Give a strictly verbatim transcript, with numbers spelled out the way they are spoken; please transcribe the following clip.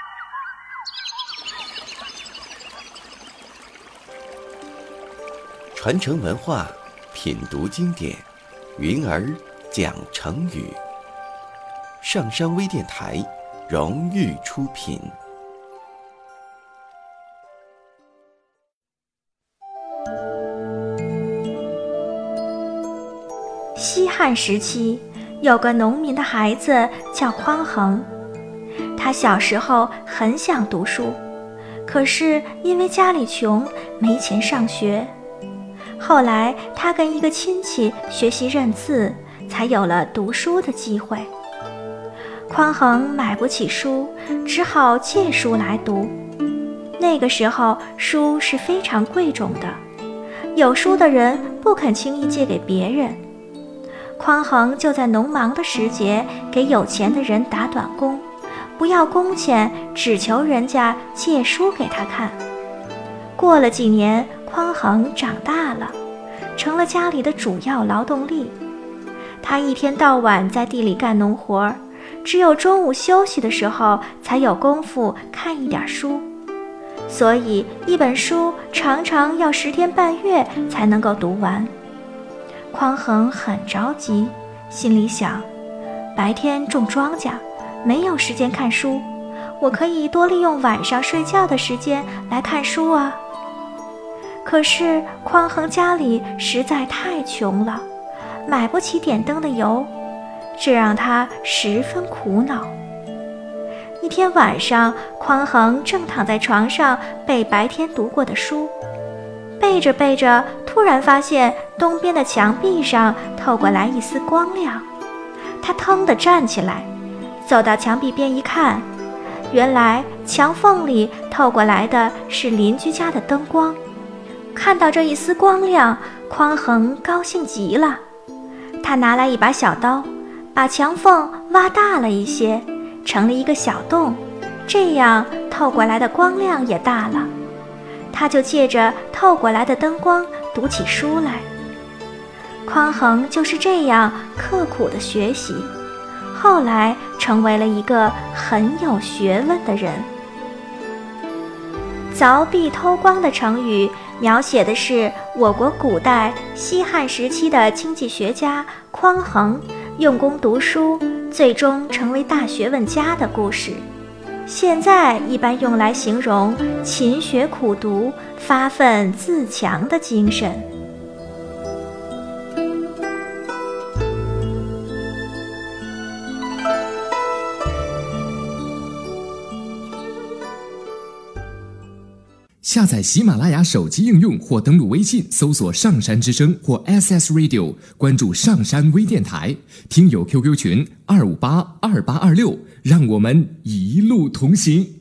传承文化，品读经典，云儿讲成语。上山微电台荣誉出品。 西汉时期，有个农民的孩子叫匡衡。他小时候很想读书，可是因为家里穷，没钱上学。后来他跟一个亲戚学习认字，才有了读书的机会。匡衡买不起书，只好借书来读。那个时候书是非常贵重的，有书的人不肯轻易借给别人。匡衡就在农忙的时节给有钱的人打短工，不要工钱，只求人家借书给他看。过了几年，匡衡长大了，成了家里的主要劳动力。他一天到晚在地里干农活，只有中午休息的时候才有功夫看一点书，所以一本书常常要十天半月才能够读完。匡衡很着急，心里想，白天种庄稼，没有时间看书，我可以多利用晚上睡觉的时间来看书啊。可是匡衡家里实在太穷了，买不起点灯的油，这让他十分苦恼。一天晚上，匡衡正躺在床上背白天读过的书，背着背着，突然发现东边的墙壁上透过来一丝光亮。他腾地站起来，走到墙壁边一看，原来墙缝里透过来的是邻居家的灯光。看到这一丝光亮，匡衡高兴极了。他拿来一把小刀，把墙缝挖大了一些，成了一个小洞，这样透过来的光亮也大了。他就借着透过来的灯光读起书来。匡衡就是这样刻苦的学习，后来成为了一个很有学问的人。凿壁偷光的成语描写的是我国古代西汉时期的经济学家匡衡用功读书，最终成为大学问家的故事。现在一般用来形容勤学苦读、发愤自强的精神。 下载喜马拉雅手机应用或登录微信搜索上山之声或 S S Radio， 关注上山微电台，听友 Q Q 群二五八二八二六，让我们一路同行。